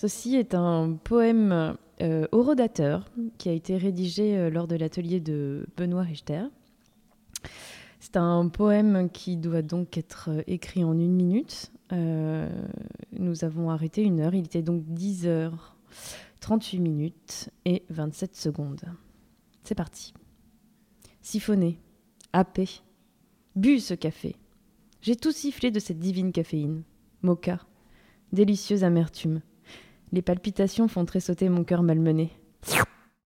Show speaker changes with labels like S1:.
S1: Ceci est un poème orodateur qui a été rédigé lors de l'atelier de Benoît Richter. C'est un poème qui doit donc être écrit en 1 minute. Nous avons arrêté 1 heure. Il était donc 10h38 et 27 secondes. C'est parti. Siphonné, happé, bu ce café. J'ai tout sifflé de cette divine caféine. Mocha, délicieuse amertume. Les palpitations font tressauter mon cœur malmené.